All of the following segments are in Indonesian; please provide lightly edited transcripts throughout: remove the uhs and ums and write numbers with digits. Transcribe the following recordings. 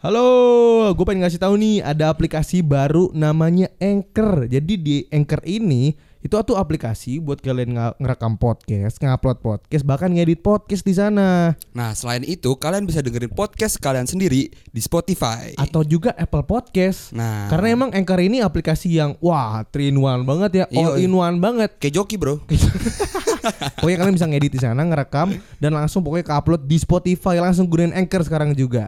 Halo, gue pengen ngasih tahu nih ada aplikasi baru namanya Anchor. Jadi di Anchor ini itu tuh aplikasi buat kalian ngerekam podcast, ngupload podcast, bahkan ngedit podcast di sana. Nah, selain itu kalian bisa dengerin podcast kalian sendiri di Spotify Atau juga Apple Podcast. Nah, Karena emang Anchor ini aplikasi yang wah 3-in-1 banget ya, all in one banget. kayak joki bro. Pokoknya kalian bisa ngedit di sana, ngerekam dan langsung pokoknya ke-upload di Spotify. Langsung gunain Anchor sekarang juga.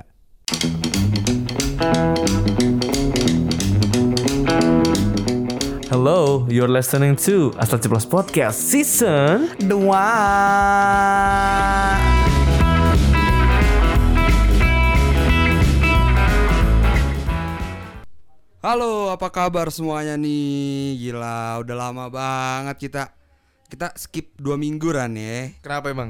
Hello, you're listening to Asal Ceplos Podcast Season 2. Halo, apa kabar semuanya nih? Gila, udah lama banget kita skip 2 minggu Ran ya. Kenapa emang?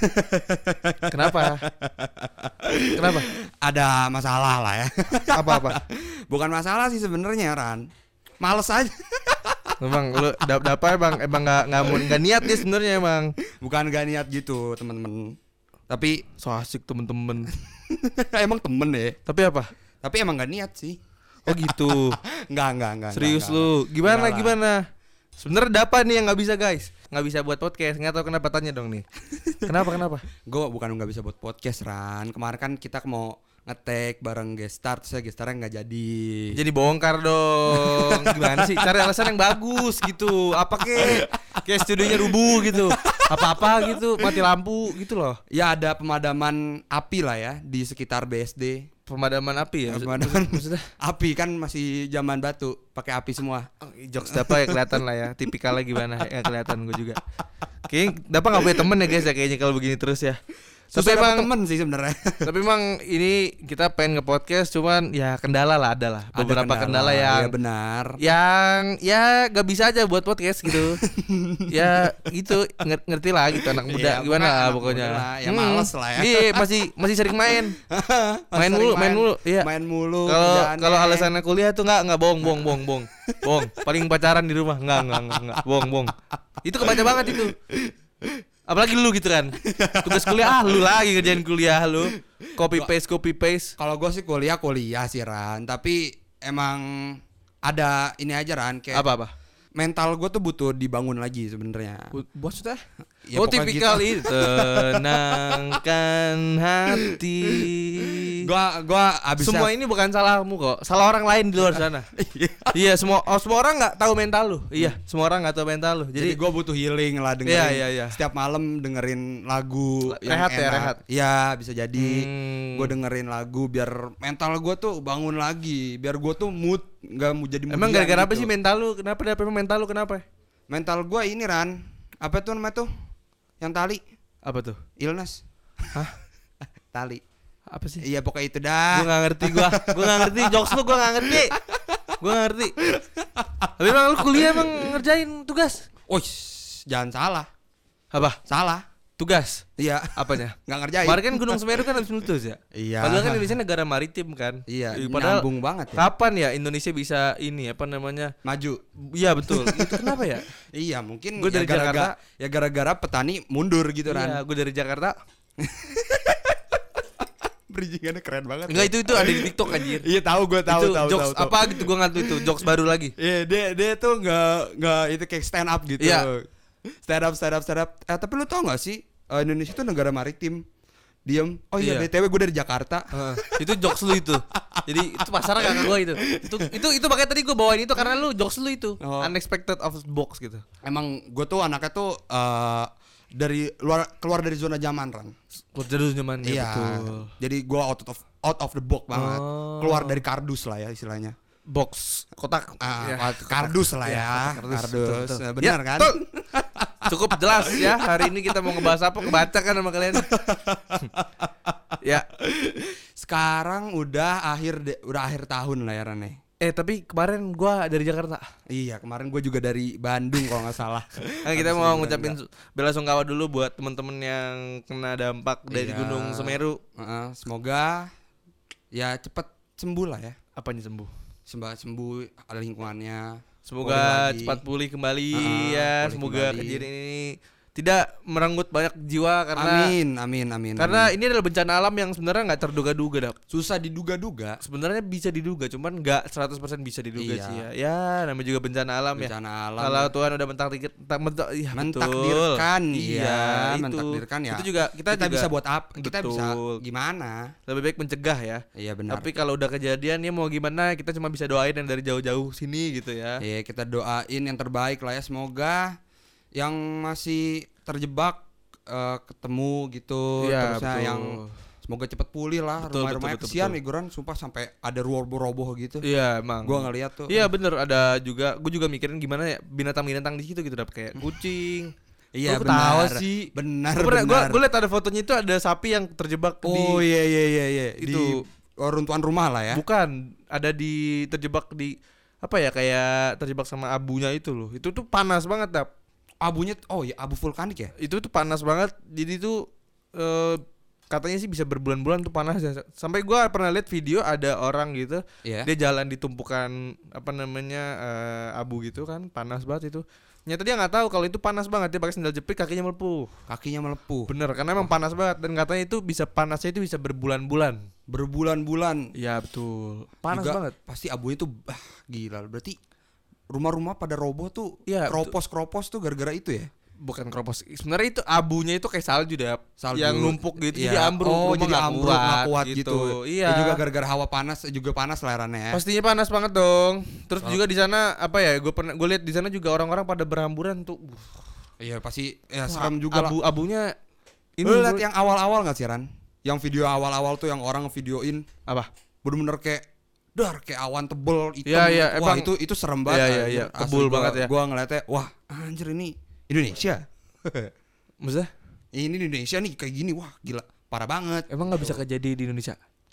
Kenapa? Kenapa? Ada masalah lah ya. Apa-apa? Bukan masalah sih sebenarnya Ran. Males aja. Emang lu apa emang nggak niat dia sebenarnya emang. Bukan gak niat gitu temen-temen. Tapi So asik temen-temen. emang temen ya. Tapi apa? Tapi emang gak niat sih. Oh gitu. Enggak. Serius enggak. lu? Enggak lah. Gimana? Sebenarnya ada apa nih yang nggak bisa guys? Nggak bisa buat podcast? Nggak tahu kenapa, tanya dong nih. Kenapa? Gue bukan gak bisa buat podcast Ran. Kemarin kan kita mau nge-tag bareng guest star, terus guest starnya gak jadi. Jadi bongkar dong. Gimana sih? Cari alasan yang bagus gitu. Apa kayak studionya rubuh gitu. Apa-apa gitu, mati lampu gitu loh. Ya ada pemadaman api lah ya di sekitar BSD. Pemadaman api ya. Pemadaman Maksudnya api kan masih zaman batu, pakai api semua. jokes Dapa ya kelihatan lah ya. Tipikalnya gimana ya kelihatan gue juga. Kayaknya Dapa gak punya temen ya guys ya kayaknya kalau begini terus ya. Susah Tapi dapet emang temen sih sebenarnya. Tapi emang ini kita pengen nge-podcast cuman ya kendala lah ada lah. Ada Beberapa kendala yang ya benar. yang ya gak bisa aja buat podcast gitu. Ya gitu ngerti lah gitu anak muda Iya, gimana lah anak pokoknya. muda lah, ya males lah ya. Iya masih sering main. main mulu. Iya. Main mulu. Kalau alasannya kuliah tuh enggak bohong. Paling pacaran di rumah enggak bohong. Itu kebaca banget itu. Apalagi lu gitu kan. Tugas kuliah lu lagi ngerjain kuliah lu. Copy paste. Kalau gue sih kuliah sih Ran, tapi emang ada ini aja Ran kayak Apa? mental gue tuh butuh dibangun lagi sebenarnya. Maksudnya? Ya, oh pokoknya tipikal gitu. itu tenangkan hati. Gua abis Semua ini bukan salahmu kok, salah orang lain di luar sana. Iya semua orang nggak tahu mental lu. Iya semua orang nggak tahu mental lu. jadi gue butuh healing lah dengerin. Iya. Setiap malam dengerin lagu yang Rehat ya, enak. rehat. Iya bisa jadi. Gue Gue dengerin lagu biar mental gue tuh bangun lagi, biar gue tuh mood nggak mau jadi Emang moodian gara-gara apa gitu. sih mental lu? Kenapa emang mental lu kenapa? Mental gue ini Ran, apa tuh namanya tuh? Yang tali, Apa tuh? illness. Hah? Tali. Apa sih? Iya pokoknya itu dah. Gue nggak ngerti jokes lu gue nggak ngerti. Tapi emang lu kuliah emang ngerjain tugas? Oh, jangan salah. Apa? Salah. Tugas? Iya. Apanya? Nggak ngerjain. Kemarin kan Gunung Semeru kan habis meletus ya? Iya. Padahal kan Indonesia negara maritim kan. Iya. Padahal Nyambung banget ya. kapan ya Indonesia bisa ini apa namanya? Maju. Iya betul. Itu kenapa ya? Iya mungkin Gua dari gara-gara petani mundur gitu Iya, Ran. gue dari Jakarta. Bridgingannya keren banget. Enggak itu ada di TikTok anjir. Iya tahu gue tahu. Jokes apa gitu gue nggak tahu itu. Jokes baru lagi. Iya dia tuh nggak itu kayak stand up gitu. Iya. Stand up. Tapi lu tau nggak sih Indonesia tuh negara maritim. Diem. Oh iya Iya. BTW gue dari Jakarta. Itu jokes lu itu. Jadi itu pasaran kakak gue itu. Itu makanya tadi gue bawain itu karena lu jokes lu itu. Oh. Unexpected of the box gitu. Emang gue tuh anaknya tuh dari keluar dari zona zaman Ran. Terus nyaman Iya. betul. Jadi gue out of the box banget. Oh. Keluar dari kardus lah ya istilahnya. Box kotak. Ya. Kardus lah ya. Kardus. Nah, benar Ya, kan? betul. Cukup jelas ya. Hari ini kita mau ngebahas apa? Kebaca kan sama kalian. Ya. Sekarang udah akhir tahun lah ya Rane. Tapi kemarin gua dari Jakarta. Iya kemarin gue juga dari Bandung kalau nggak salah. Nah, kita mau ngucapin bela sungkawa dulu buat teman-teman yang kena dampak dari Iya. Gunung Semeru. Semoga ya cepet sembuh lah ya. Apanya sembuh? Sembuh ada lingkungannya. Semoga Pulih lagi. cepat pulih kembali Pulih ya. kembali. Semoga kejadian ini tidak merenggut banyak jiwa karena Amin. karena ini adalah bencana alam yang sebenarnya nggak terduga-duga, Dap. susah diduga-duga. Sebenarnya bisa diduga, cuman nggak 100% bisa diduga Iya. sih ya. Ya, namanya juga bencana alam ya. Bencana alam. Kalau Tuhan udah iya, Mentakdirkan, betul. iya, itu. mentakdirkan ya. Itu juga kita juga bisa buat apa? Kita bisa Betul. gimana? lebih baik mencegah ya. Iya benar. Tapi kalau udah kejadian ya mau gimana, kita cuma bisa doain yang dari jauh-jauh sini gitu ya. Iya, kita doain yang terbaik lah ya, semoga yang masih terjebak ketemu gitu, Iya, terusnya betul. yang semoga cepet pulih lah. Betul, Rumah-rumahnya betul, kesian betul. nih Guran, sumpah sampai ada roboh gitu. Iya, emang. Gua ngeliat tuh. Iya bener, ada juga. Gue juga mikirin gimana ya binatang-binatang di situ gitu, Dap, kayak kucing. Iya, Gua ketawa benar. sih. Benar. Gue liat ada fotonya itu ada sapi yang terjebak Oh di iya. itu. Di runtuhan rumah lah ya. Bukan, ada di terjebak di apa ya, kayak terjebak sama abunya itu loh. Itu tuh panas banget, Dap. Abunya, oh ya, abu vulkanik ya. Itu tuh panas banget. Jadi tuh katanya sih bisa berbulan-bulan tuh panas ya. Sampai gua pernah lihat video ada orang gitu, Iya. dia jalan di tumpukan apa namanya abu gitu kan, panas banget itu. Nyata dia nggak tahu kalau itu panas banget, dia pakai sandal jepit kakinya melepuh. Kakinya melepuh. Bener, karena emang panas banget dan katanya itu bisa panasnya itu bisa berbulan-bulan. Berbulan-bulan. Iya betul. Panas Juga banget. Pasti abunya tuh gila. Berarti rumah-rumah pada roboh tuh, Iya, keropos tuh gara-gara itu ya. Bukan keropos. Sebenarnya itu abunya itu kayak salju deh, Salju. yang numpuk gitu Iya. jadi ambruk. Oh, Rumah jadi nggak ambruk nggak kuat gitu. Iya. Dan juga gara-gara hawa panas juga panas leherannya ya. Pastinya panas banget dong. Terus juga di sana apa ya? Gue lihat di sana juga orang-orang pada berhamburan tuh. Iya pasti ya serem juga lah. Abunya ini Lu lihat yang awal-awal nggak sih Ran? Yang video awal-awal tuh yang orang videoin apa? bener-bener kayak kayak awan tebel hitam. Iya, iya, Wah, emang- itu serem banget. Iya, Asli kebul banget ya. Gua ngeliatnya, wah anjir ini Indonesia. Maksudnya? Ini Indonesia nih kayak gini, wah gila, parah banget. Emang nggak bisa kejadi di Indonesia?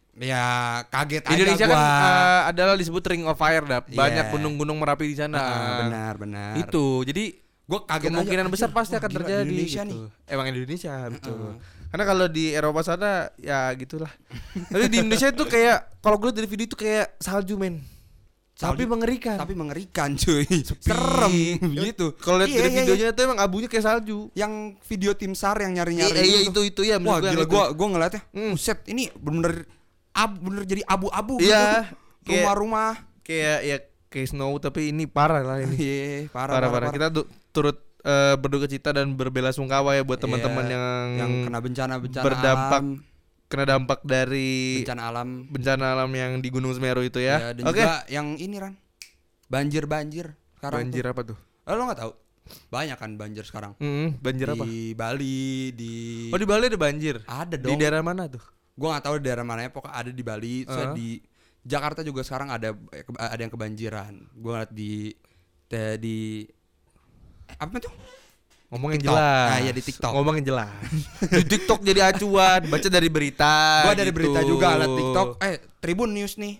Ya kaget aja Indonesia gua. kan adalah disebut Ring of Fire, Dap. Banyak Iya. gunung-gunung Merapi di sana. Benar. Itu. Jadi Gua kaget kemungkinan aja, besar anjir, pasti wah, akan gila, terjadi Indonesia gitu. nih. Emang Indonesia betul. Karena kalau di Eropa sana ya gitulah. Tapi di Indonesia itu kayak kalau gue lihat dari video itu kayak salju, men. Tapi mengerikan. Tapi mengerikan cuy. Serem gitu. Kalau lihat Iya, dari iya, videonya itu emang abunya kayak salju. Yang video tim SAR yang nyari-nyari Iya, gitu. itu ya. Wah menurut gila, yang itu. gua ngeliatnya, buset ini bener-bener bener jadi abu-abu Iya, gitu. kayak- Rumah-rumah. kayak snow tapi ini parah lah ini. Iya, parah. Kita turut berduka cita dan berbela sungkawa ya buat teman-teman Iya, yang kena bencana berdampak alam, kena dampak dari bencana alam. yang di Gunung Semeru itu ya. Dan Oke. juga yang ini Ran. Banjir sekarang. Banjir tuh. apa tuh? Lo nggak tahu? Banyak kan banjir sekarang. Banjir apa? Di Bali, Oh, di Bali ada banjir. ada Di dong. daerah mana tuh? Gua nggak tahu di daerah mana ya, pokoknya ada di Bali. Terus di Jakarta juga sekarang ada yang kebanjiran. Gua ngeliat di apa tuh? Ngomongin TikTok. jelas. Nah, iya di TikTok. Ngomongin jelas. Di TikTok jadi acuan, baca dari berita. Gua dari gitu. berita juga liat TikTok. Tribun News nih.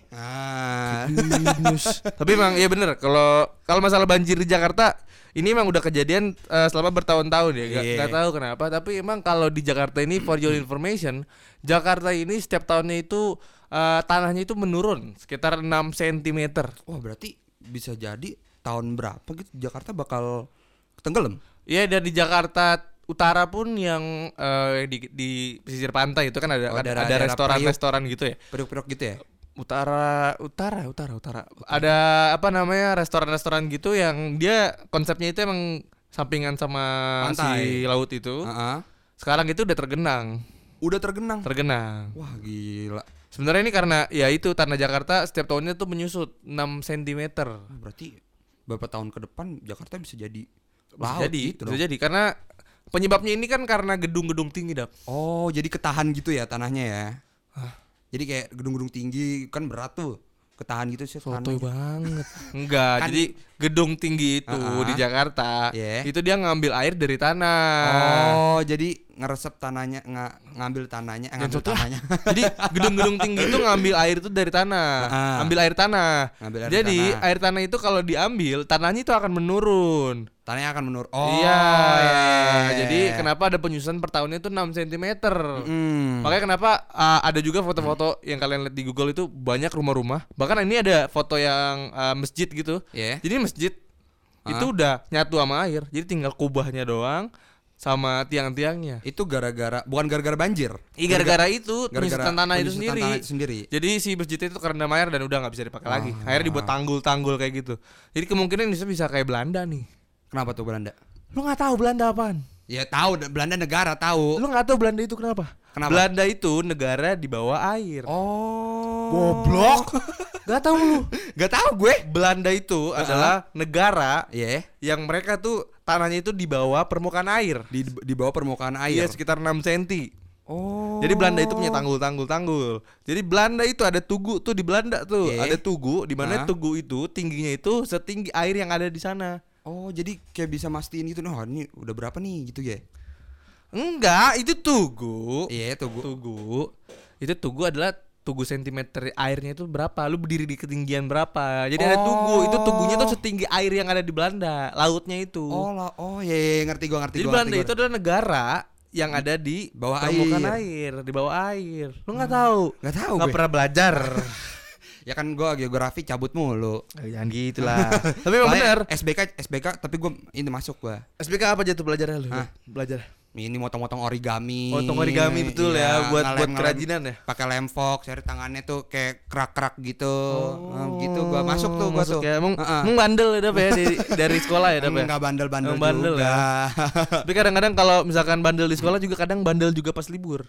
Tapi emang iya bener, kalau masalah banjir di Jakarta ini emang udah kejadian selama bertahun-tahun ya. Gak tahu kenapa, tapi emang kalau di Jakarta ini, for your information, Jakarta ini setiap tahunnya itu tanahnya itu menurun sekitar 6 cm. Wah, berarti bisa jadi tahun berapa gitu Jakarta bakal tenggelam. Iya, dari Jakarta Utara pun yang di pesisir pantai itu kan ada restoran-restoran gitu ya. Periuk-periuk gitu ya. Utara. Ada apa namanya restoran-restoran gitu yang dia konsepnya itu emang sampingan sama Pantai. si laut itu. Sekarang itu udah tergenang. Tergenang. Wah, gila. Sebenarnya ini karena ya itu tanah Jakarta setiap tahunnya tuh menyusut 6 cm. Berarti beberapa tahun ke depan Jakarta bisa jadi Bisa jadi, gitu bisa dong. jadi karena penyebabnya ini kan karena gedung-gedung tinggi, Dap. Oh, jadi ketahan gitu ya tanahnya ya. Jadi kayak gedung-gedung tinggi kan berat tuh. Ketahan gitu sih Sotoy tanahnya. banget. Enggak, Kan- jadi gedung tinggi itu di Jakarta, itu dia ngambil air dari tanah. Oh, jadi ngeresep tanahnya, ngambil tanahnya, ngambil Contoh, tanahnya. Jadi gedung-gedung tinggi itu ngambil air itu dari tanah, ambil air tanah. Ngambil air Jadi tanah. air tanah itu kalau diambil, tanahnya itu akan menurun. Tanahnya akan menurun. Oh, Iya. iya. Jadi kenapa ada penyusutan per tahunnya itu 6 cm. Hmm. Makanya kenapa ada juga foto-foto yang kalian lihat di Google itu banyak rumah-rumah. Bahkan ini ada foto yang masjid gitu. Yeah. Jadi masjid itu udah nyatu sama air. Jadi tinggal kubahnya doang. sama tiang-tiangnya. Itu bukan gara-gara banjir. Gara-gara itu penyusutan tanah itu penyusutan tanah itu sendiri. sendiri. Jadi si masjid itu kerendam air dan udah nggak bisa dipakai lagi. Akhirnya dibuat tanggul-tanggul kayak gitu. Jadi kemungkinan Indonesia bisa kayak Belanda nih. Kenapa tuh Belanda? Lu nggak tahu Belanda apaan? Ya tahu, Belanda negara tahu. Lu nggak tahu Belanda itu kenapa? Belanda itu negara di bawah air. Oh. Goblok. Gak tahu lu? Gak tahu gue. Belanda itu adalah negara yang mereka tuh tanahnya itu di bawah permukaan air. Di bawah permukaan air. Iya, sekitar 6 cm. Oh. Jadi Belanda itu punya tanggul. Jadi Belanda itu ada tugu tuh di Belanda tuh. Ada tugu di mana tugu itu tingginya itu setinggi air yang ada di sana. Oh, jadi kayak bisa mastiin gitu. Nah, ini udah berapa nih gitu ya? Enggak, itu tugu. Iya, tugu. Itu tugu adalah tugu sentimeter airnya itu berapa? Lu berdiri di ketinggian berapa? Jadi ada tugu. Itu tugunya tuh setinggi air yang ada di Belanda, lautnya itu. Iya, ngerti gua. Jadi Belanda itu adalah negara yang ada di bawah permukaan air, di bawah air. Lu nggak tahu? Nggak tahu. Nggak pernah belajar. Ya kan gua geografi cabut mulu. Jangan gitu lah. Tapi memang benar. SBK tapi gua ini masuk gua. SBK apa aja tuh belajarnya lu? Belajar. Ini motong-motong origami. Motong origami betul ya, buat kerajinan ya. Pakai lem fox, cari tangannya tuh kayak kerak-kerak gitu. Gitu gua masuk tuh gua tuh. Ya, emang bandel ya Dap ya dari sekolah ya Dap ya. Enggak bandel-bandel bandel juga. Ya. Tapi kadang-kadang kalau misalkan bandel di sekolah juga kadang bandel juga pas libur.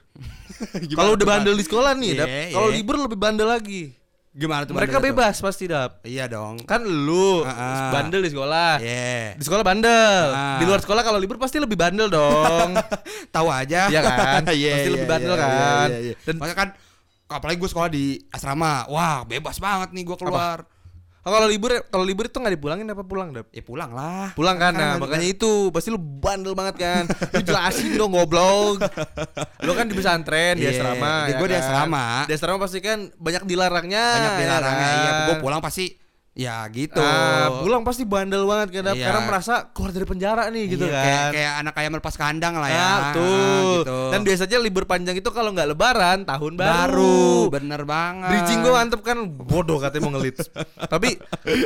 Kalau udah bandel di sekolah nih Dap, kalau libur lebih bandel lagi. Gimana tuh? Mereka bebas pasti Dap. Iya dong. Kan lu bandel di sekolah. Iya. Di sekolah bandel. Di luar sekolah kalau libur pasti lebih bandel dong. Tahu aja. Iya kan? Pasti lebih bandel kan. Dan makanya kan apalagi gue sekolah di asrama. Wah, bebas banget nih gue keluar. Kalau libur itu nggak dipulangin apa pulang Dap? Ya pulang lah. Pulang kan, nah makanya itu pasti lu bandel banget kan. Lu jelasin dong goblok. Lu kan di pesantren di asrama. Gue di asrama. Di asrama pasti kan banyak dilarangnya. Iya. Gue pulang pasti ya gitu. Pulang pasti bandel banget kan karena merasa keluar dari penjara nih gitu kan. Kayak anak ayam melepas kandang lah ya. Betul. Gitu. Dan biasanya libur panjang itu kalau nggak lebaran tahun baru. Bener banget. Bridging gue mantep kan, bodoh katanya mau ngelit. Tapi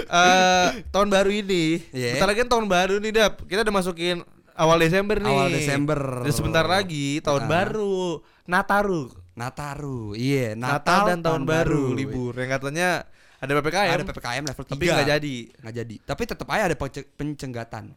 tahun baru ini, bentar lagi kan tahun baru nih Dap. Kita udah masukin awal Desember nih. Awal Desember. Dan sebentar lagi tahun baru, Nataru. Iya, Natal dan tahun baru libur. Yang katanya ada PPKM level 3. Tapi nggak jadi. Tapi tetap aja ada pencenggatan.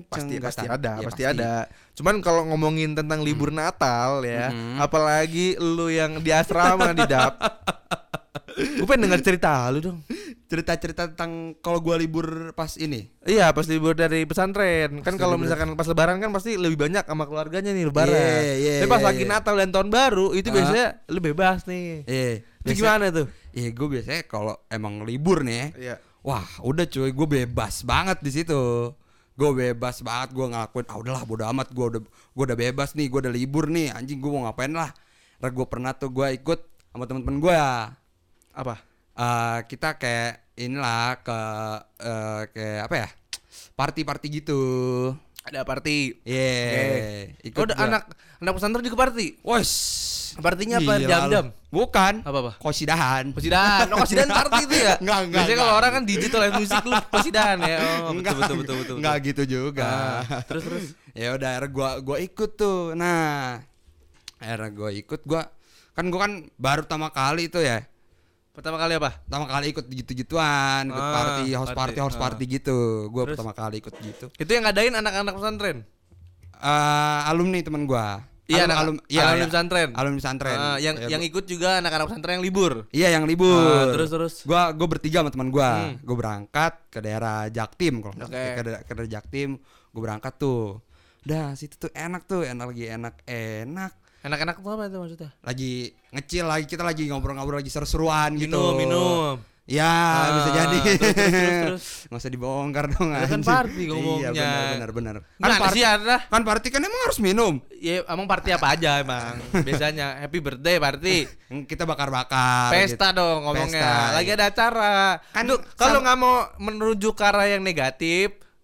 Pasti ada. Cuman kalau ngomongin tentang libur Natal ya, apalagi lu yang di asrama di Dap. Gue pengen denger cerita lu dong. Cerita-cerita tentang kalau gua libur pas ini. Iya, pas libur dari pesantren. Kan kalau misalkan pas lebaran kan pasti lebih banyak sama keluarganya nih lebaran. Tapi pas lagi Natal dan tahun baru itu biasanya lu bebas nih. Itu gimana tuh? Gue biasanya kalau emang libur nih. Wah, udah cuy, gue bebas banget di situ. Gue bebas banget, gue ngelakuin udahlah bodo amat, gue udah bebas nih, gue udah libur nih, anjing gue mau ngapain lah. Gue pernah tuh gue ikut sama temen-temen gue ya. Apa? Kita kayak inilah kayak apa ya? Party gitu. Ada party. Ikut anak pesantren juga party. Wes. Partinya apa? Jam-jam? Bukan. Apa? Kosidahan. Kosidahan party itu ya? Enggak. Biasanya kalau orang kan digital musik lu kosidahan ya. Oh, betul. Enggak gitu juga. Terus. Ya udah, akhirnya gua ikut tuh. Nah, akhirnya gua ikut, gua kan baru pertama kali itu ya. Pertama kali apa? Pertama kali ikut gitu-gituan, ikut house party gitu. Gua pertama kali ikut gitu. Itu yang ngadain anak-anak pesantren. Alumni teman gua. Iya, alumni pesantren. Alumni pesantren. Yang ikut juga anak-anak pesantren yang libur. Iya, yang libur. Terus. Gua bertiga sama teman gua. Gua berangkat ke daerah Jaktim kalau ke daerah Jaktim. Gua berangkat tuh. Dah, situ tuh enak, lagi enak. Enak-enak tuh apa itu maksudnya? Lagi ngecil lagi, kita lagi ngobrol-ngobrol lagi seru-seruan gitu. Minum. Ya, bisa jadi. Terus. Nggak usah dibongkar dong. Kan party ngomongnya. Iya, benar. Kan party kan emang harus minum. Ya, emang party apa aja emang. Biasanya happy birthday party. Kita bakar-bakar. Pesta gitu. Dong ngomongnya. Pesta. Lagi ada acara. Kan kalau nggak mau menuju ke arah yang negatif,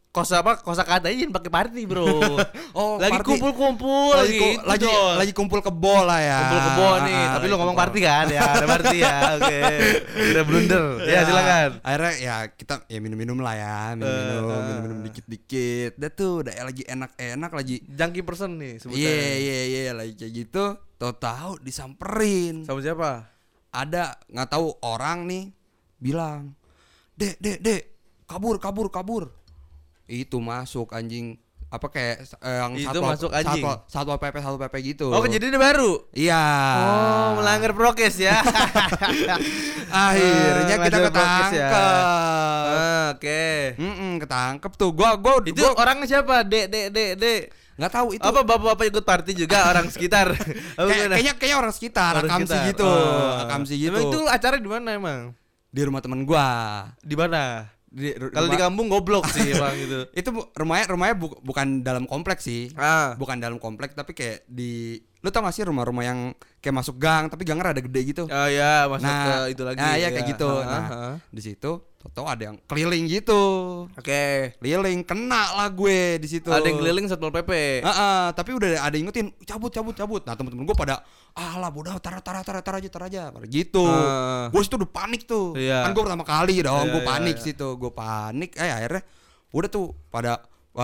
kosakata jangan pakai party, Bro. Lagi party. kumpul-kumpul gitu. Lagi kumpul kebo lah ya. Kumpul kebo nih, tapi lu ngomong party kan ya, ada party ya. Oke. Udah blunder. Ya, silakan. Akhirnya ya kita ya minum-minum lah ya, minum-minum dikit-dikit. Udah tuh udah lagi enak-enak lagi. Junkie person nih sebutannya. Iya, lagi kayak gitu. Tahu-tahu disamperin. Sama siapa? Ada nggak tahu orang nih bilang, "Dek, kabur." Itu masuk anjing apa kayak yang itu masuk anjing. Satpol PP gitu. Oh, kejadiannya baru. Iya. Oh, melanggar prokes ya. Akhirnya kita melanggar prokes ya. ketangkep. Oke. Ketangkep tuh. Gua Itu orangnya siapa? Dek. nggak tahu itu. Apa bapak-bapak ikut party juga orang sekitar? Kayaknya orang sekitar, Akamsi gitu. Akamsi gitu. Emang itu acara di mana emang? Di rumah temen gua. Di mana? Kalau di kampung goblok sih emang gitu. Itu rumahnya bukan dalam kompleks sih. Bukan dalam kompleks tapi kayak di, lu tau gak sih rumah-rumah yang kayak masuk gang tapi gangnya rada gede gitu. Oh iya, masuk ke itu lagi. Nah, iya kayak gitu. Di situ tau ada yang keliling gitu. Oke. Keliling, kena lah gue di situ. Ada yang keliling Satpol PP. Tapi udah ada yang ingetin, cabut. Nah, temen-temen gue pada lah bodoh, tar aja. Pada gitu. Gue situ udah panik tuh. Iya. Kan gue pertama kali dong, gue Iya. panik situ. Gue panik, akhirnya udah tuh pada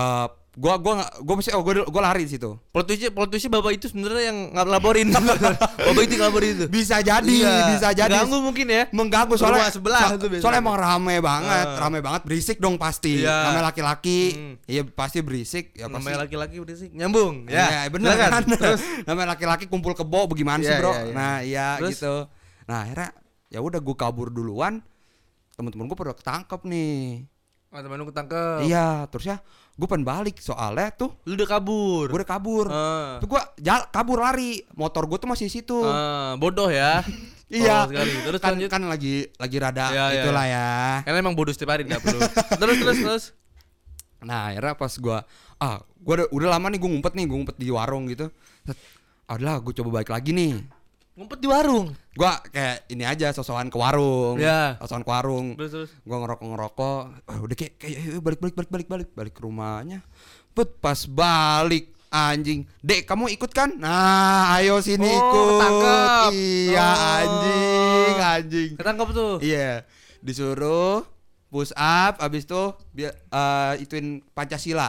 gue lari di situ. Plot twistnya bapak itu sebenarnya yang ngelaporin. Bapak itu ngelaporin itu. Bisa jadi. Ganggu mungkin ya. Mengganggu soalnya Rumah sebelah tuh biasanya. soalnya emang rame banget, berisik dong pasti. Iya. Namanya laki-laki, iya pasti berisik, ya pasti. Namanya laki-laki udah sih nyambung. Ya, bener Silakan. kan. Terus Namanya laki-laki kumpul kebo bagaimana sih, Iya, Bro? iya. Nah, iya Terus? gitu. Nah, akhirnya ya udah gue kabur duluan. Temen-temen gue pada ketangkep nih. teman lu ketangkep. Iya, terus ya gue pengen balik soalnya tuh Lu udah kabur. gue udah kabur. Tuh gue kabur lari. Motor gue tuh masih di situ. Bodoh ya. Iya. Bodoh sekali. Terus kan, lanjut. kan lagi rada Iya, iya. itulah ya. Karena emang bodoh setiap hari enggak perlu. Terus. Nah, akhirnya pas gue udah lama nih gue ngumpet di warung gitu. Adalah gue coba balik lagi nih. Ngumpet di warung. Gua kayak ini aja sosokan ke warung. Ya. Sosokan ke warung. Terus. Gua ngerokok. Udah kayak balik ke rumahnya. Pas balik anjing. Dek, kamu ikut kan? Nah, ayo sini ikut. Ketangkep. Iya, anjing. Ketangkep tuh. Iya. Disuruh push up abis itu ituin Pancasila.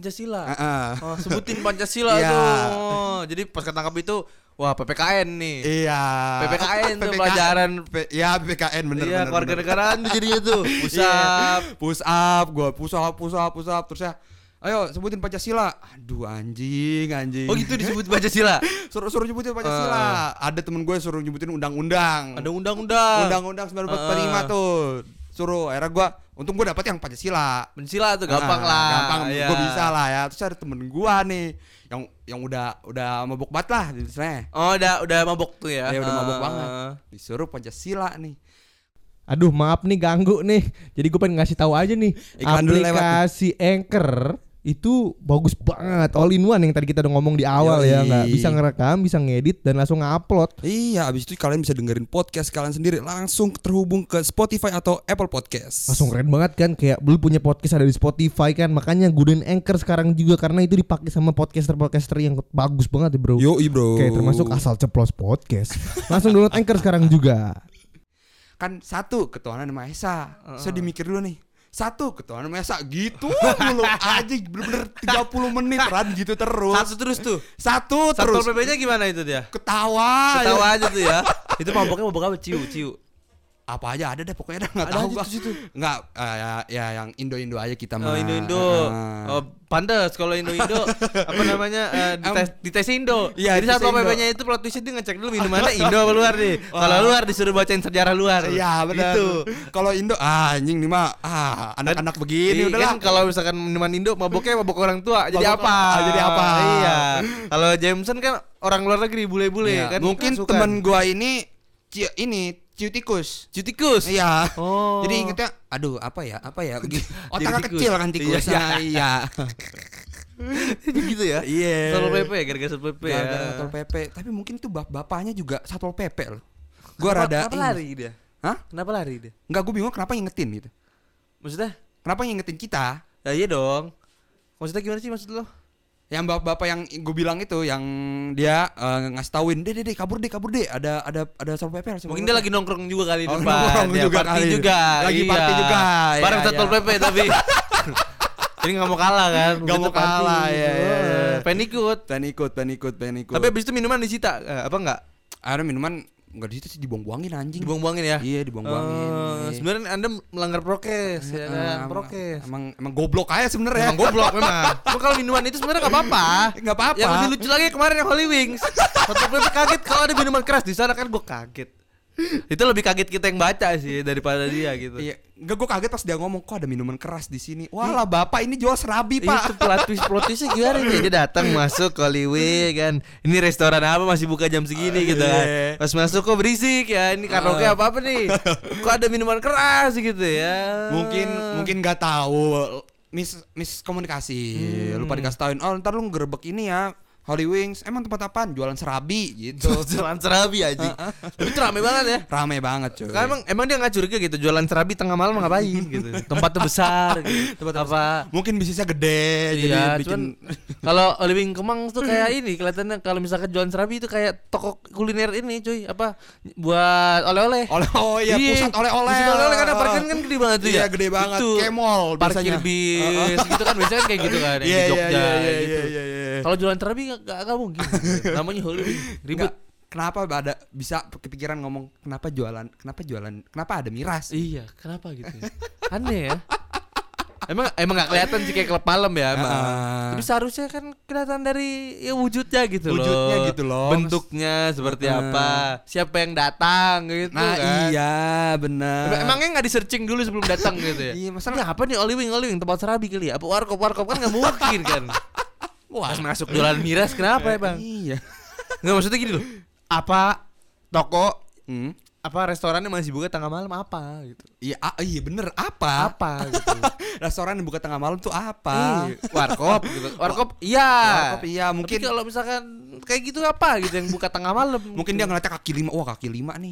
Sebutin Pancasila Iya. tuh. Jadi pas ketangkap itu wah PPKN nih. Iya. PPKN tuh pelajaran. Ya PPKN bener. Iya, kewarganegaraan tuh jadinya tuh. Push up, gua push up terus ya. Ayo sebutin Pancasila. Aduh anjing. Oh gitu disebut Pancasila. Suruh nyebutin Pancasila. Ada temen gue suruh nyebutin undang-undang. Ada undang-undang. Undang-undang 1945 tuh. Suruh, akhirnya gue untung gue dapet yang Pancasila. Pancasila tuh gampang lah. Gampang, iya. gue bisa lah ya. Terus ada temen gue nih yang udah mabok banget lah istilahnya. Oh, udah mabok tuh ya. Ya udah mabok banget. Disuruh Pancasila nih. Aduh maaf nih ganggu nih. Jadi gue pengen ngasih tahu aja nih. Iklan dulu lewat. Aplikasi Anchor itu bagus banget, all in one yang tadi kita udah ngomong di awal. Yoi. Ya, nggak bisa ngerekam, bisa ngedit dan langsung ngupload. Iya, abis itu kalian bisa dengerin podcast kalian sendiri langsung terhubung ke Spotify atau Apple Podcast. Langsung keren banget kan, kayak lu punya podcast ada di Spotify kan, makanya gunain Anchor sekarang juga karena itu dipakai sama podcaster yang bagus banget ya, bro. Yoi bro. Oke, termasuk Asal Ceplos Podcast. Langsung download Anchor sekarang juga. Kan satu ketuhanan Maha Esa. Saya dimikir dulu nih. Satu ketuhanan Maha Esa gitu mulu aja bener-bener 30 menit Ran gitu terus. Satu terus tuh. Satu Satpol terus. PP-nya gimana itu dia? Ketawa Ketawa aja tuh ya. Itu maboknya mabok apa? Ciu. apa aja ada deh pokoknya dah nggak Ada tahu aja gua. di situ. Nggak ya yang Indo aja kita mah. Oh, Indo. Oh, pantes kalau Indo apa namanya di tes Indo. Iya, Jadi tes Satpol Indo. PP-nya itu plot twist dia ngecek dulu minumannya Indo apa luar nih. Kalau luar disuruh bacain sejarah luar. Iya benar. Gitu. Kalau Indo anjing nih mah anak-anak begini Iya, udahlah. kan kalau misalkan minuman Indo maboknya mabok orang tua jadi Mabok apa? jadi apa? Iya. Kalau Jameson kan orang luar negeri bule-bule Iya, kan. mungkin suka. teman gua ini ciu tikus. Tikus. Iya. Oh. Jadi ingetnya aduh apa ya? Otaknya tikus. kecil kan tikusnya. Iya. gitu ya. Iya. Satpol PP gara-gara Satpol PP ya. Gara-gara Satpol PP. Tapi mungkin itu bapaknya juga Satpol PP loh. Gua rada Kenapa lari dia? Hah? Kenapa lari dia? Enggak, gue bingung kenapa ngingetin gitu. Maksudnya? Kenapa ngingetin kita? Ya iya dong. Maksudnya gimana sih maksud lo? Yang bapak-bapak yang gue bilang itu, yang dia ngasih tauin, deh kabur deh, ada Satpol PP. Mungkin dia lagi nongkrong juga kali di depan. Nongkrong Dia juga party kali. juga. Lagi Iya. party juga. Bareng Iya, Satpol iya. PP tapi. Jadi nggak mau kalah kan? Nggak mau Begitu party. kalah, ya. Pengen ikut. Pengen ikut. Tapi abis itu minuman disita, apa enggak? Ada minuman enggak di situ sih, dibuang-buangin anjing. Dibuang-buangin ya? Iya, dibuang-buangin. Sebenarnya Anda melanggar prokes ya kan? Prokes. Emang goblok aja sebenarnya. Emang goblok memang. Cuma kalau minuman itu sebenarnya enggak apa-apa. Enggak apa-apa. Yang lebih lucu lagi kemarin yang Holy Wings. Satpol PP kaget kalau ada minuman keras di sana, kan gue kaget. Itu lebih kaget kita yang baca sih daripada dia gitu. Iya, enggak, gue kaget pas dia ngomong kok ada minuman keras di sini. Walah, Bapak ini jual serabi, Pak. Itu plot-twistnya gimana nih? Dia datang masuk Holy kan. Ini restoran apa masih buka jam segini gitu kan. Pas masuk kok berisik ya. Ini karaoke apa nih? Kok ada minuman keras gitu ya. Mungkin enggak tahu. Miskomunikasi. Lupa dikasih tauin. Oh, ntar lu ngerebek ini ya. Holy Wings, emang tempat apaan? Jualan serabi gitu. Jualan serabi aja. Tapi itu rame banget ya. Rame banget cuy. Kan emang dia nggak curiga gitu jualan serabi tengah malam ngapain gitu. Tempatnya besar gitu. Tempat apa? Mungkin bisnisnya gede, jadi Iya, bikin. cuman kalau Holy Wing Kemang tuh kayak ini kelihatannya kalau misalkan jualan serabi itu kayak toko kuliner ini cuy, apa buat oleh-oleh. Oh iya, pusat oleh-oleh. Pusat oleh-oleh kan parkiran kan gede banget tuh ya. Iya, gede banget. Itu, kayak mall parkir biasanya. bis gitu kan biasanya kayak gitu kan yang Iya, di Jogja gitu. iya. Kalau jualan serabi nggak mungkin. Namanya Holy Wing, ribet. Nggak, kenapa ada bisa kepikiran ngomong kenapa ada miras? Iya, kenapa gitu ya? Aneh ya. Emang nggak kelihatan sih kayak klub malam ya, emang. Tapi seharusnya kan kelihatan dari ya wujudnya gitu loh. Bentuknya seperti apa? Siapa yang datang gitu Nah, kan. iya, benar. Emangnya nggak di searching dulu sebelum datang gitu ya? Iya, Ini apa nih Holy Wing tempat serabi kali ya? Apa warkop kan nggak mungkin kan? Wah, masuk jualan miras kenapa ya, Bang? Iya. Nggak, maksudnya gini loh. Apa toko apa restorannya masih buka tengah malam apa gitu? Iya, iya bener, apa Gitu. restoran yang buka tengah malam tuh apa? Warkop gitu. Warkop iya. Warkop iya, mungkin. Tapi kalau misalkan kayak gitu apa gitu yang buka tengah malam? Mungkin dia ngeliatnya kaki lima. Wah, kaki lima nih.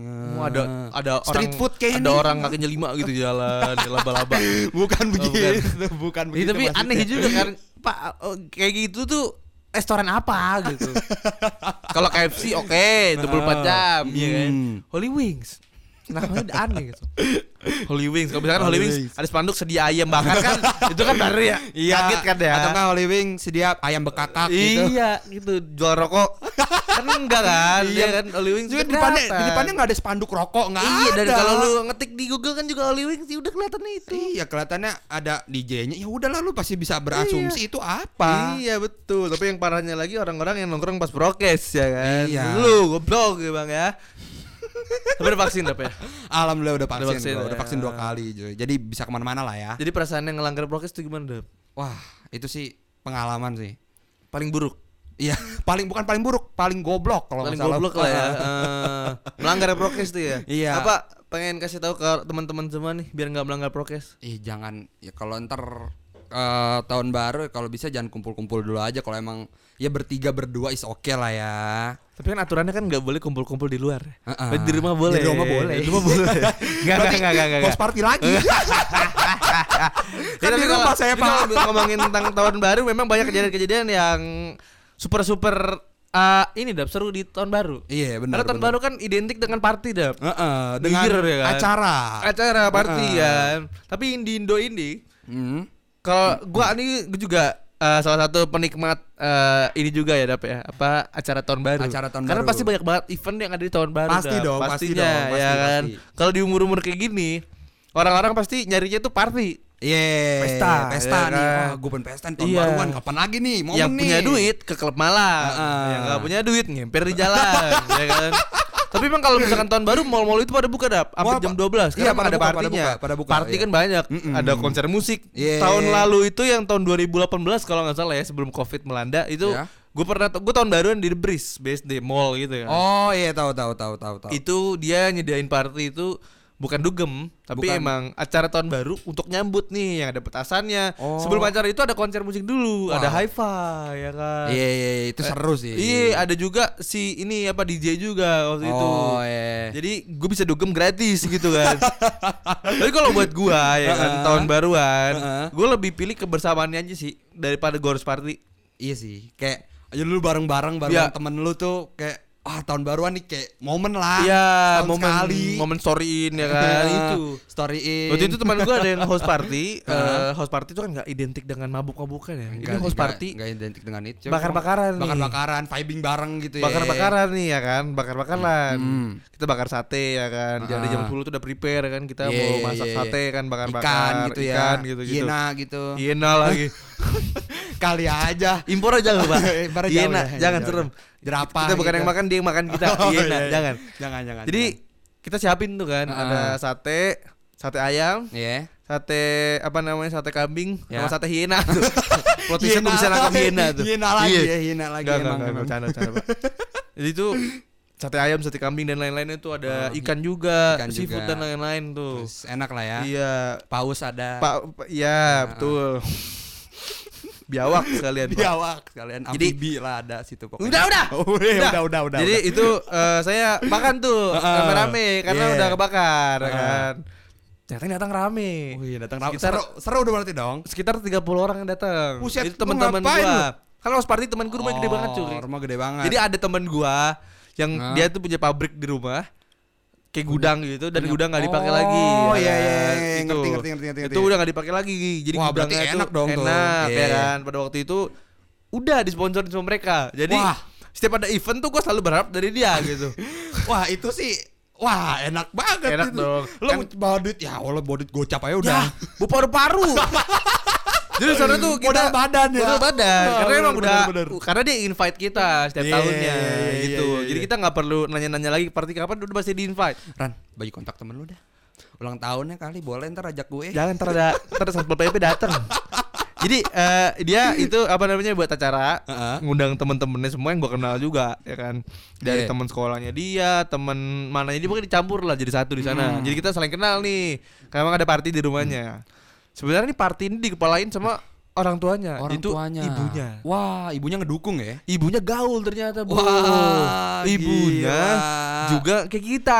Ada street orang, food kayak ada ini. orang kakinya 5 gitu jalan, laba-laba. Bukan begitu, bukan begitu. Tapi maksudnya. aneh juga kan, Pak, kayak gitu tuh restoran apa gitu. Kalau KFC oke, 24 jam ya kan. Holy Wings. Namanya udah aneh gitu. Holy Wings. Kalau misalkan Holy Wings ada spanduk sedia ayam bakar kan, itu kan baru ya. Iya. Kaget kan ya. Atau enggak Holy Wing sedia ayam bekakak gitu. Iya, gitu. Jual rokok. Kan enggak kan? Iya kan Holy Wings. Juga di depannya enggak ada spanduk rokok, enggak Iya, ada. dan kalau lu ngetik di Google kan juga Holy Wings udah kelihatan itu. Iya, kelihatannya ada DJ-nya. Ya udahlah, lu pasti bisa berasumsi itu apa. Iya betul. Tapi yang parahnya lagi orang-orang yang nongkrong pas prokes ya kan. Iya. Lu goblok ya Bang ya. Tapi udah vaksin apa ya? Alhamdulillah udah vaksin, Udah vaksin, udah vaksin 2 kali, Joy. Jadi bisa kemana-mana lah ya. Jadi perasaan yang ngelanggar prokes itu gimana, Dap? Wah, itu sih pengalaman sih. Paling buruk. Iya, bukan paling buruk, paling goblok kalau Paling nggak salah. goblok lah ya. Melanggar prokes tuh ya. Iya. Apa pengen kasih tahu ke teman-teman semua nih biar nggak melanggar prokes? Jangan ya, kalau ntar tahun baru kalau bisa jangan kumpul-kumpul dulu aja. Kalau emang ya bertiga berdua is oke lah ya. Tapi kan aturannya kan nggak boleh kumpul-kumpul di luar. Di rumah boleh. Di rumah boleh. Di rumah boleh. Enggak. House party lagi. Ya, tapi di rumah saya, Pak. Ngomongin tentang tahun baru memang banyak kejadian-kejadian yang super ini Dap seru di tahun baru. Iya benar. Karena tahun baru kan identik dengan party Dap. Dengan Gigir, ya kan? acara Party kan. Tapi di Indo ini kalau gua juga salah satu penikmat ini juga ya Dap ya, apa acara tahun baru. Karena pasti banyak banget event yang ada di tahun baru. Pasti Dap. dong, pastinya pasti ya kan. pasti. Kalau di umur-umur kayak gini, orang-orang pasti nyarinya tuh party. Iya, ya pesta nih. kan? Wah, gue pengen pesta nih, tahun baruan kapan lagi nih? Momen Yang nih. punya duit ke klub malam, yang nggak punya duit ngemper di jalan, ya kan. Tapi emang kalau misalkan tahun baru mall-mall itu pada buka Dap, sampai jam 12. Karena Iya, emang ada partinya. pada buka, Party iya. kan banyak. Ada konser musik. Iya. Tahun lalu itu yang tahun 2018 kalau nggak salah ya, sebelum Covid melanda itu Iya. gue tahun baruan di The Breeze BSD Mall gitu kan. Oh iya, tahu. Itu dia nyediain party itu bukan dugem, tapi Bukan. emang acara tahun baru untuk nyambut nih yang ada petasannya. Oh. Sebelum acara itu ada konser musik dulu, Wah. ada hi-fi ya kan. Iya, itu seru sih. Iya, ada juga si ini apa DJ juga waktu itu. Oh, iya. Jadi gue bisa dugem gratis gitu kan. Tapi kalau buat gua ya kan tahun baruan, gue lebih pilih kebersamaannya aja sih daripada gue harus party. Iya sih, kayak aja lu bareng-bareng Iya. temen lu tuh kayak tahun baruan nih kayak momen lah. Iya, Tahun sekali. momen storyin ya kan itu. Storyin. Waktu itu teman gue ada yang host party. Host party itu kan nggak identik dengan mabuk-mabukan ya. Ini host party Enggak identik dengan itu. bakar-bakaran nih. Bakar-bakaran, vibing bareng gitu ya. Bakar-bakaran nih ya kan, bakar-bakaran. Hmm. Kita bakar sate ya kan. Dari jam 10 tuh udah prepare kan kita Iya, mau masak iya, sate kan ikan bakar-bakar gitu ya. ikan gitu. Iena gitu. Iena lagi. Kali aja. Impor aja Pak. Impor jauh Iena, ya, jangan jauh. serem. Jerapah Kita bukan gitu. yang makan, dia yang makan kita. Oh, Iena, iya. jangan. Jangan. Jadi kita siapin tuh kan, ada sate ayam, Iya. sate apa namanya, sate kambing, Ya. sama sate hiena tuh. Plot twistnya tuh bisa nangkap hiena tuh. Hiena lagi Iya. ya, hiena lagi Enggak, emang. bercanda Pak. Jadi itu sate ayam, sate kambing dan lain-lainnya tuh ada ikan juga, ikan seafood juga. dan lain-lain tuh. Terus enak lah ya. Iya, Paus ada. iya betul. Biawak sekalian Pak. Biawak sekalian. Jadi- Amfibi lah ada situ pokoknya. Udah. Jadi itu saya makan tuh rame-rame karena Iya. udah kebakar ya kan. Ternyata yang datang rame. Oh iya datang rame. Sekitar Seru udah berarti dong. sekitar 30 orang yang datang. Buset, Itu teman-teman lu ngapain gua. Kan house party teman gua rumahnya gede banget cuy. Rumah gede banget. Jadi ada teman gua yang dia tuh punya pabrik di rumah. Kayak gudang gitu dan gudang nggak dipakai lagi. Oh ya iya kan? iya, Itu. ngerti. Itu udah nggak dipakai lagi. Jadi Wah, berarti gudangnya enak tuh dong tuh. enak ya Iya. kan. Pada waktu itu udah disponsorin sama mereka. Jadi Wah. setiap ada event tuh gua selalu berharap dari dia gitu. Wah, itu sih wah, enak banget Enak itu. dong. Lo Kan- bawa duit ya, Allah bawa duit gocap aja udah. Ya, bu paru-paru. Jadi sana tuh kita Modal badan ya. modal badan. Oh, Karena emang bener, udah bener. karena dia invite kita setiap Iya, tahunnya iya, gitu. iya, Jadi iya. kita nggak perlu nanya-nanya lagi party kapan, udah pasti di invite. Ran, bagi kontak temen lu dah. Ulang tahunnya kali boleh ntar ajak gue. Jangan ntar Satpol PP datang. Jadi dia itu apa namanya buat acara ngundang temen-temennya semua yang gua kenal juga ya kan, dari Iya. teman sekolahnya dia, teman mananya dia, pokoknya dicampur lah jadi satu di sana. Jadi kita saling kenal nih, karena emang ada party di rumahnya. Sebenarnya nih party ini dikepalain sama orang tuanya, Orang itu tuanya. ibunya. Wah, ibunya ngedukung ya. Ibunya gaul ternyata bro. Wah, Ibunya gila. juga kayak kita.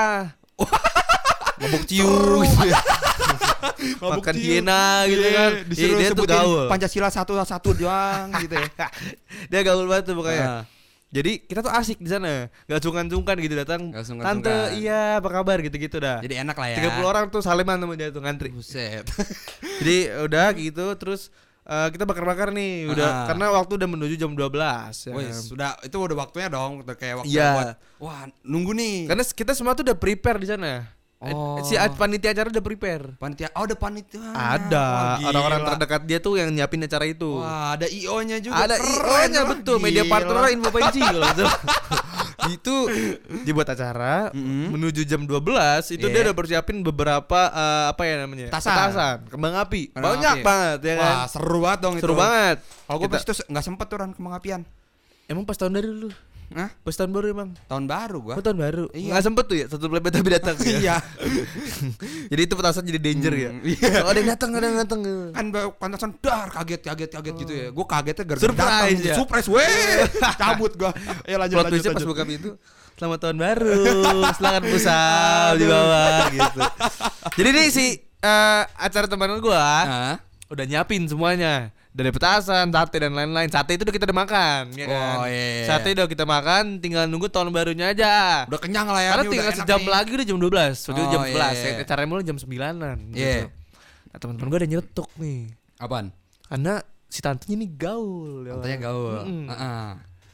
Mabuk ciu gitu ya. Makan hiena gitu kan. Disuruh Dia tuh sebutin gaul. Pancasila satu doang gitu ya. Dia gaul banget tuh pokoknya. Ah. Jadi kita tuh asik di sana, nggak sungkan-sungkan gitu datang. Nggak sungkan-sungkan. Tante, iya apa kabar gitu-gitu dah. Jadi enak lah ya. 30 orang tuh saliman sama dia tuh ngantri. Buset. Jadi udah gitu terus kita bakar-bakar nih udah Ah. karena waktu udah menuju jam 12 ya. Wih, kan. sudah itu udah waktunya dong, udah kayak waktu Iya. buat wah, nunggu nih. Karena kita semua tuh udah prepare di sana. Oh. Si panitia acara udah prepare. Panitia, oh ada panitia. Ada Wah, orang-orang gila. terdekat dia tuh yang nyiapin acara itu. Wah, ada IO-nya juga. Ada Keren, IO-nya wah, betul, media gila. partner Info Penci kalau itu. Itu dibuat acara menuju jam 12 itu dia Iya. udah persiapin beberapa apa ya namanya? Petasan. kembang api. Kembang Banyak api. banget ya kan. Wah, seru banget dong Seru itu. banget. Kalau gue Kita- pas itu nggak sempet tuh Ran kembang apian. Emang pas tahun baru lu? Hah? Pas tahun baru emang? Tahun baru gua. Oh, tahun baru. Iya. Nggak sempet tuh ya satu plebet tapi datang. ya? Iya. Jadi itu petasan jadi danger ya. Iya. Oh, ada yang datang, ada yang datang. Kan pantasan dar kaget gitu ya. Gue kagetnya gara-gara Surprise datang. ya? Surprise weh. Cabut gua. Ayo lanjut Plot lanjut. twistnya pas lanjut. buka pintu, selamat tahun baru, silakan pusat di bawah gitu. Jadi nih si acara teman gua Hah? udah nyiapin semuanya, dari petasan, sate dan lain-lain. Sate itu udah kita udah makan, ya kan? Oh, iya. Sate udah kita makan, tinggal nunggu tahun barunya aja. Udah kenyang lah ya. Karena ini tinggal udah enak sejam nih. lagi udah jam 12. Waktu itu jam Oh, 11. iya. Acaranya mulai jam 9-an gitu. Iya. Nah, teman-teman gua ada nyetuk nih. Apaan? Karena si tantenya nih gaul, ya kan? Tantenya gaul. Mm-mm. Heeh.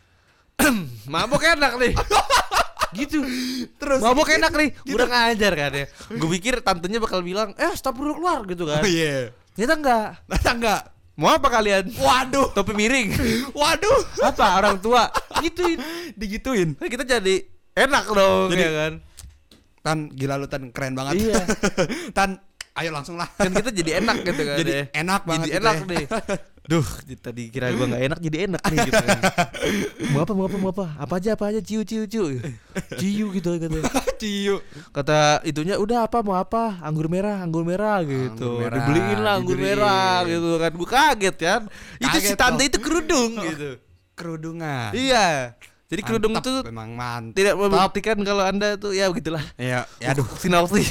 Mabok enak nih. Gitu. Terus Mabok enak nih. Udah ngajar kan ya. Gue pikir tantenya bakal bilang, stop dulu keluar gitu kan. Oh iya. Ternyata enggak. Datang enggak? Mau apa kalian? Waduh. Topi miring. Waduh. Apa orang tua? Gituin. Digituin. Nah, kita jadi enak dong Jadi- ya kan. Tan gila lu Tan keren banget. Iya. Tan ayo langsung lah. Kan kita jadi enak gitu kan. Jadi enak banget. Jadi enak deh. Duh, tadi kira gua enggak enak jadi enak nih gitu kan. Mau apa? Apa aja ciu. Ciu gitu katanya. Ciu. Kata itunya udah apa mau apa? Anggur merah gitu. Anggur merah, Dibeliin lah anggur dibeliin. merah gitu kan. Gua kaget kan. Itu si Kaget tante loh. itu kerudung gitu. Kerudungan. Iya. Jadi kerudung Mantap, itu memang mantap. tidak membuktikan kalau Anda tuh ya begitulah. Iya, ya aduh. Sinopsis.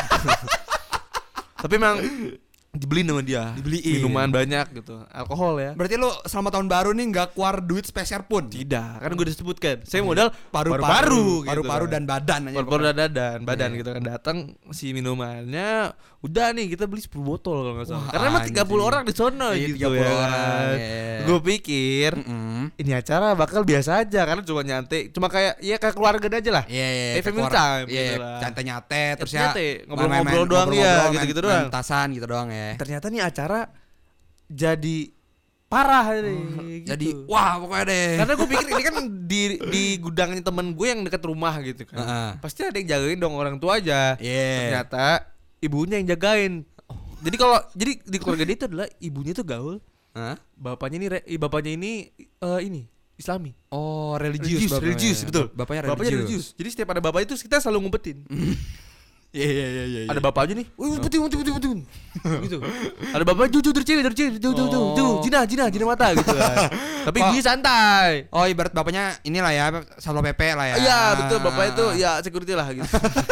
Tapi emang dibeliin sama dia. Dibeliin. Minuman banyak gitu. Alkohol ya. Berarti lu selama tahun baru nih nggak keluar duit sepeser pun. Tidak, kan gue udah sebutkan. Saya modal Paru-paru gitu paru-paru kan. dan badan aja. Paru-paru dan badan Iya. gitu kan. Datang si minumannya udah nih kita beli 10 botol kalau nggak salah. Wah, Karena emang 30 anjing. orang di sono Iya, gitu 30 ya. orang, iya. Gue pikir ini acara bakal biasa aja karena cuma nyantai, cuma kayak ya kayak keluarga aja lah. Iya, family time Iya, gitu lah. nyantai-nyantai terus ya Nyantai, ngobrol-ngobrol doang ya, gitu-gitu doang. Tasan gitu doang ya. Ternyata nih acara jadi parah nih gitu. Jadi wah pokoknya deh. Karena gue pikir ini kan di gudangnya temen gue yang dekat rumah gitu kan. Heeh. Pasti ada yang jagain dong orang tua aja. Iya. Ternyata ibunya yang jagain. Jadi kalau di keluarga dia itu adalah ibunya tuh gaul, Hah? bapaknya ini Islami. Oh, religius betul. Bapaknya religius. Jadi setiap ada bapak itu kita selalu ngumpetin. Iya. Ada bapak aja nih, umpetin. Gitu. Ada bapak jujur cewek, jina mata gitu kan. Tapi Oh. dia santai. Oh, ibarat bapaknya inilah ya, Satpol PP lah ya. Iya betul, bapak itu ya security lah gitu.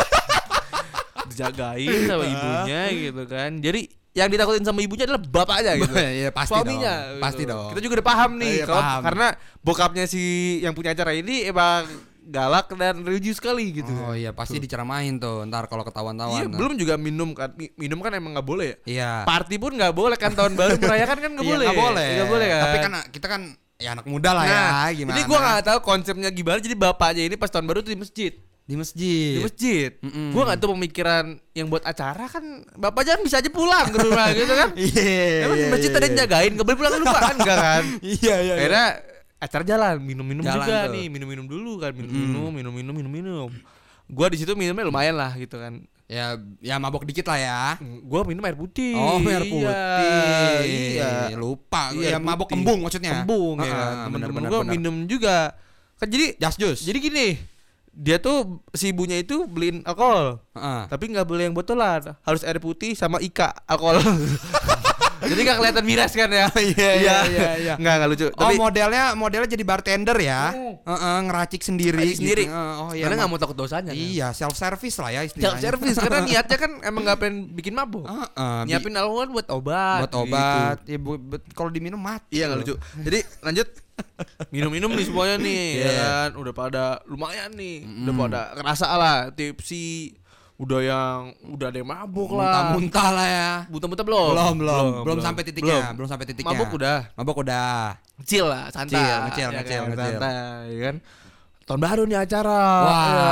Dijagain sama ibunya gitu kan. Jadi yang ditakutin sama ibunya adalah bapaknya gitu. Iya, pasti Suaminya dong. gitu. Pasti dong. Kita juga udah paham nih Iya, kalau paham. karena bokapnya si yang punya acara ini emang galak dan religius sekali gitu. Oh iya, pasti diceramahin tuh ntar kalau ketahuan-tahuan. Iya, belum juga minum kan emang nggak boleh ya. Iya. Party pun nggak boleh kan, tahun baru merayakan kan nggak Iya, boleh. nggak boleh. Nggak boleh kan. Tapi kan kita kan ya anak muda lah Nah, ya, gimana? ini gua nggak tahu konsepnya gimana. Jadi bapaknya ini pas tahun baru tuh di masjid. Di masjid. Di masjid. Mm-mm. Gua nggak tahu pemikiran yang buat acara kan bapaknya kan bisa aja pulang ke rumah gitu kan. Iya. Emang di masjid ada yang jagain, nggak boleh pulang lupa kan enggak kan? Iya. Akhirnya acara jalan, minum-minum Jalan juga tuh. nih, minum-minum dulu kan, minum. Gua di situ minumnya lumayan lah gitu kan. Ya mabok dikit lah ya. Gua minum air putih. Oh, air putih. Iya. Lupa. Iya, Ya mabok putih. kembung maksudnya. Kembung ya kan. Temen-temen gua minum juga. Kan jadi Jas jus. jadi gini, dia tuh si ibunya itu beliin alkohol. Heeh. Tapi nggak boleh yang botolan, harus air putih sama Ika alkohol. Jadi nggak kelihatan miras kan ya? Iya. Nggak lucu. Oh, Tapi modelnya jadi bartender ya. Heeh, ngeracik sendiri. Ngeracik sendiri. Gitu. Oh iya. karena nggak mau takut dosanya. Kan? Iya, self service lah ya Self istilahnya. service karena niatnya kan emang nggak pengen bikin mabuk. Heeh, Nyiapin alkohol buat obat. buat obat. Ya, kalau diminum mati. Iya nggak lucu. Jadi lanjut minum-minum nih semuanya nih, Iya. ya kan. Udah pada lumayan nih, udah pada kerasa lah, tipsi. Udah ada yang mabuk lah. Muntah-muntah lah ya. Muntah-muntah belum? Belum sampai titiknya. Belum sampai titiknya. Mabuk udah. Kecil lah, santai. Kecil, ya kecil. kan? Santai, ya kan. Tahun baru nih acara. Wah. Ya.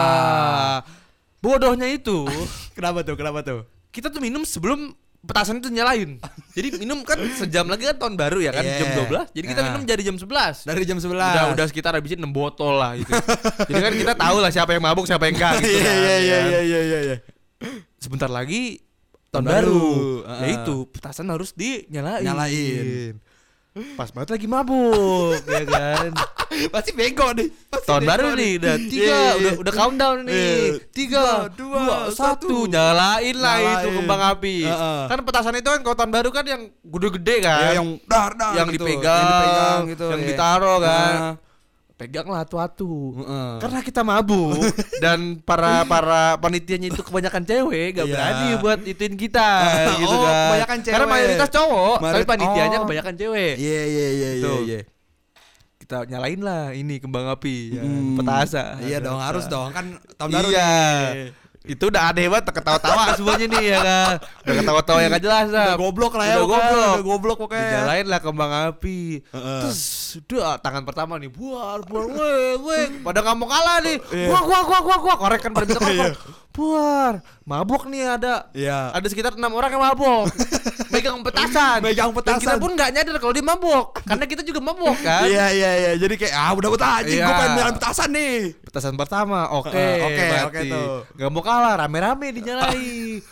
Bodohnya itu, Kenapa tuh? kita tuh minum sebelum petasan itu nyalain. Jadi minum kan sejam lagi kan tahun baru ya kan, Yeah. jam 12. Jadi kita minum dari jam 11. Dari jam 11. Udah sekitar habisin 6 botol lah gitu. Jadi kan kita tahu lah siapa yang mabuk, siapa yang enggak gitu kan. ya kan. Iya. Sebentar lagi tahun Tahun baru. baru. Ya itu, petasan harus dinyalain. Nyalain. Pas banget lagi mabuk ya kan. Pasti bego nih. Tahun baru nih udah 3 Iya. udah countdown nih. 3 2 1 nyalain lah itu Nyalain. kembang api. Heeh. Kan petasan itu kan kalau tahun baru kan yang gede-gede kan. Ya, yang dar yang gitu. dipegang, gitu. yang ya. ditaruh kan. Heeh. Pegang lah atu-atu. Heeh. Karena kita mabuk dan para panitianya itu kebanyakan cewek, gak Iya. berani buat ituin kita gitu Oh, kan. kebanyakan cewek. Karena mayoritas cowok, tapi Mayoritas- panitianya oh. kebanyakan cewek. Iya. Tuh. Kita nyalain lah ini kembang api ya, Hmm. petasan. Iya dong, harus dong kan tahun baru Iya. nih. Itu udah aneh banget, ketawa-tawa semuanya nih ya kan. Udah ketawa-tawa yang gak jelas lah. Udah goblok lah ya. Udah goblok. pokoknya. Dinyalain lah kembang api. Heeh. Terus udah tangan pertama nih, buar, weh. Pada nggak mau kalah nih. Iya. Wah, korek kan pada bisa korek. Buar, mabuk nih ada. Iya. Ada sekitar 6 orang yang mabuk. Megang petasan. Megang Dan petasan. kita pun nggak nyadar kalau dia mabuk, karena kita juga mabuk kan. Iya. Jadi kayak udah anjing, Iya. gue pengen nyalain petasan nih. Petasan pertama, oke, Oke berarti. tuh. Gak mau kalah, rame-rame dinyalain.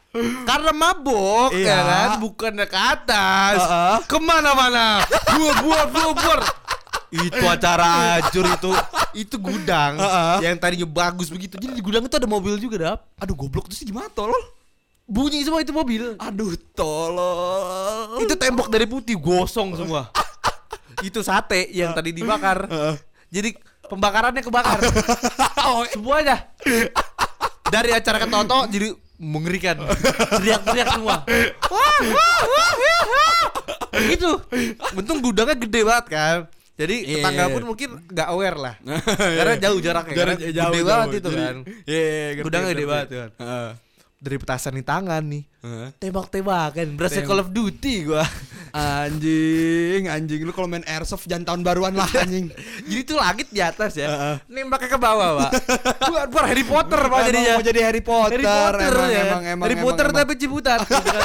Karena mabok ya kan, bukannya ke atas, kemana-mana, buar. Itu acara hancur itu gudang yang tadinya bagus begitu. Jadi di gudang itu ada mobil juga, Dap. Aduh goblok, terus gimana tolol? Bunyi semua itu mobil. Aduh tolol. Itu tembok dari putih gosong semua. Itu sate yang tadi dibakar. Jadi pembakarannya kebakar. Semuanya. Dari acara Ketoto jadi mengerikan. Teriak-teriak semua. Gitu. Untung gudangnya gede banget kan. Jadi tetangga pun mungkin nggak aware lah. Karena jauh jaraknya. Karena gede banget itu kan. Gudangnya gede banget kan. Dari petasan di tangan nih, tembak-tembakan, berasa Call of Duty gua. Anjing lu kalau main airsoft jangan tahun baruan lah anjing. Jadi tuh langit di atas ya, nembaknya ke bawah, Pak. Buat Harry Potter Pak jadinya. Mau jadi Harry Potter emang Harry Potter tapi Ciputat gitu kan.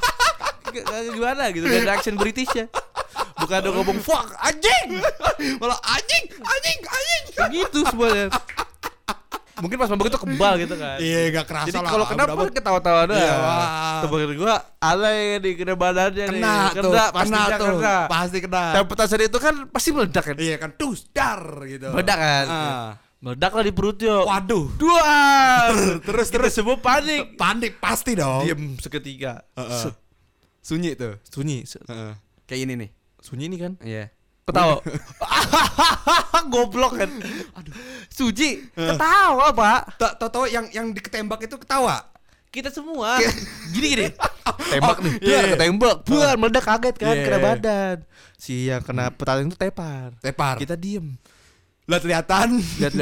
Gimana gitu, dan action British ya. Bukan ada ngomong fuck anjing, malah anjing. Gitu semuanya. Mungkin pas mabuk itu kebal gitu kan. Iya gak kerasa. Jadi lah. kalau kenapa ketawa-tawa doang. Iya, temen gue alay nih kena badannya nih. Kena. Pasti kena. Dan petasan itu kan pasti meledak kan. Iya kan, dar gitu. Meledak kan. Meledak lah di perutnya. Waduh. Duar. Terus semua panik. Panik pasti dong. Diem seketika. Sunyi tuh. Sunyi. Kayak ini nih. Sunyi nih kan. Iya. Ketawa. Goblok kan. Aduh. Suji ketawa, Pak. Tahu yang diketembak itu ketawa. Kita semua. Gini. Tembak nih. Dia ketembak. Buar meledak kaget kan kena badan. Si yang kena petasan itu tepar. Kita diem. Lihat-lihatan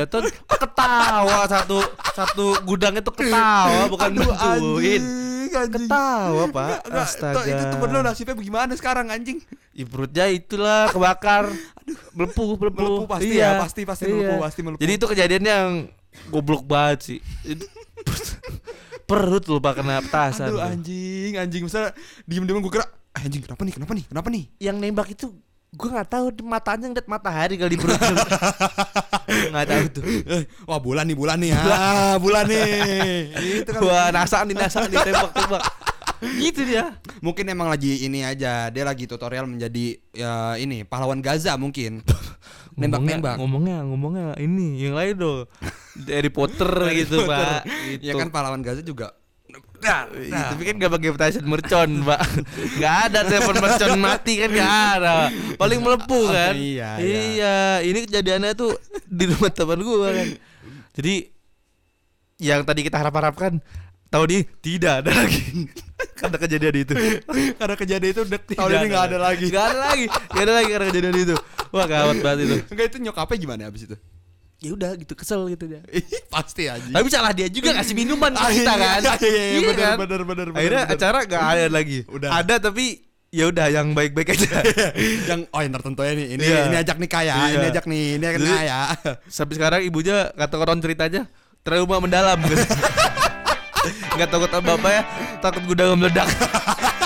ketawa satu gudang itu ketawa bukan bantuin. Ketawa, Pak. Astaga. Itu temen lo nasibnya bagaimana sekarang anjing? Perutnya itulah kebakar. Melepuh pasti ya, pasti melepuh. Jadi itu kejadian yang goblok banget sih. Perut lu Pak kena petasan. Aduh anjing. Misalnya diem-diem gue kira anjing kenapa nih? Yang nembak itu gue nggak tahu matanya ngeliat matahari kali di perut. Nggak tahu tuh. Wah bulan nih. Bulan nih. Itu kan. Wah NASA nih tembak. Gitu dia. Mungkin emang lagi ini aja. Dia lagi tutorial menjadi ya ini pahlawan Gaza mungkin. Nembak-nembak. Ngomongnya ini yang lain dong. Harry Potter gitu, Pak. Gitu. Ya kan pahlawan Gaza juga. Tapi kan gak pakai petasan mercon, Pak. Gak ada telepon mercon mati kan gak ada. Paling melepuh kan. Iya. Ini kejadiannya tuh di rumah teman gua kan. Jadi yang tadi kita harap-harapkan tahu di tidak ada lagi. Karena kejadian itu. Tahun ini gak ada lagi. Gak ada lagi karena kejadian itu. Wah gawat banget itu. Enggak, itu nyokapnya gimana abis itu? Ya udah gitu, kesel gitu dia. Pasti aja. Tapi salah dia juga ngasih minuman ke kita kan. Iya benar. Akhirnya acara gak ada lagi. Udah. Ada tapi ya udah yang baik-baik aja. Yang yang tertentu ya nih. Ini ajak nikah ya. Ini ajak nih. Ini akan kaya. Sampai sekarang ibunya kata koron ceritanya trauma mendalam gitu. Enggak takut bapaknya, takut gudang meledak.